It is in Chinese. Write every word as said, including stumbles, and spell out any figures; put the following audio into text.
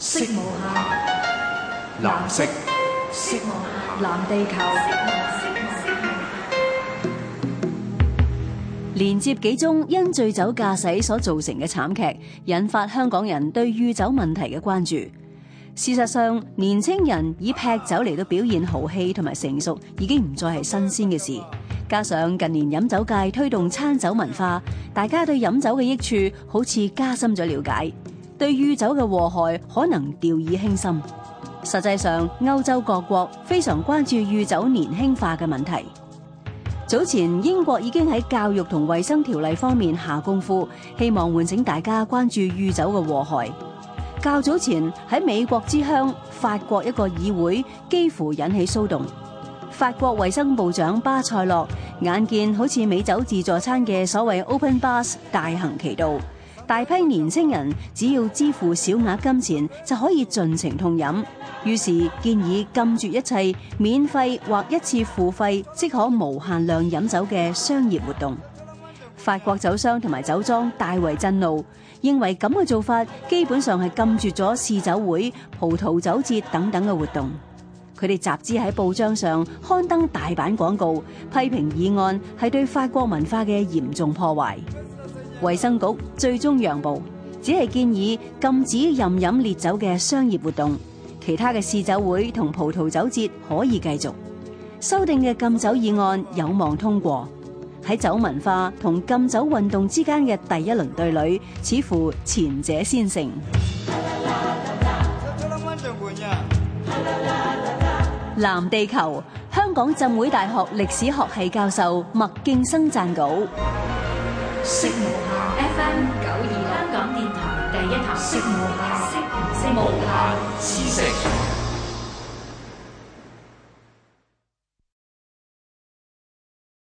色無限，藍色，色無限，藍地球。連接幾宗因醉酒駕駛所造成嘅慘劇，引發香港人對酗酒問題嘅關注。事實上，年青人以劈酒嚟到表現豪氣同埋成熟，已經唔再係新鮮嘅事。加上近年飲酒界推動餐酒文化，大家對飲酒嘅益處好似加深咗了解，對酗酒嘅禍害可能掉以輕心。實際上，歐洲各國非常關注酗酒年輕化嘅問題。早前英國已經喺教育同衛生條例方面下功夫，希望喚醒大家關注酗酒嘅禍害。較早前喺美國之鄉法國一個議會幾乎引起騷動，法國衛生部長巴塞洛眼見好似美酒自助餐嘅所謂 open bars 大行其道，大批年青人只要支付小額金錢就可以盡情痛飲，於是建議禁絕一切免費或一次付費即可無限量飲酒嘅商業活動。法國酒商同埋酒莊大為震怒，認為咁嘅做法基本上係禁絕咗試酒會、葡萄酒節等等嘅活動。佢哋集資喺報章上刊登大版廣告，批評議案係對法國文化嘅嚴重破壞。衛生局最終讓步，只係建議禁止任飲烈酒嘅商業活動，其他嘅試酒會同葡萄酒節可以繼續。修訂嘅禁酒議案有望通過。喺酒文化同禁酒運動之間嘅第一輪對壘，似乎前者先勝。藍地球，香港浸會大學歷史學系教授麥勁生撰稿。色無限 F M 九二香港電台第一台，色無限，色無限知識。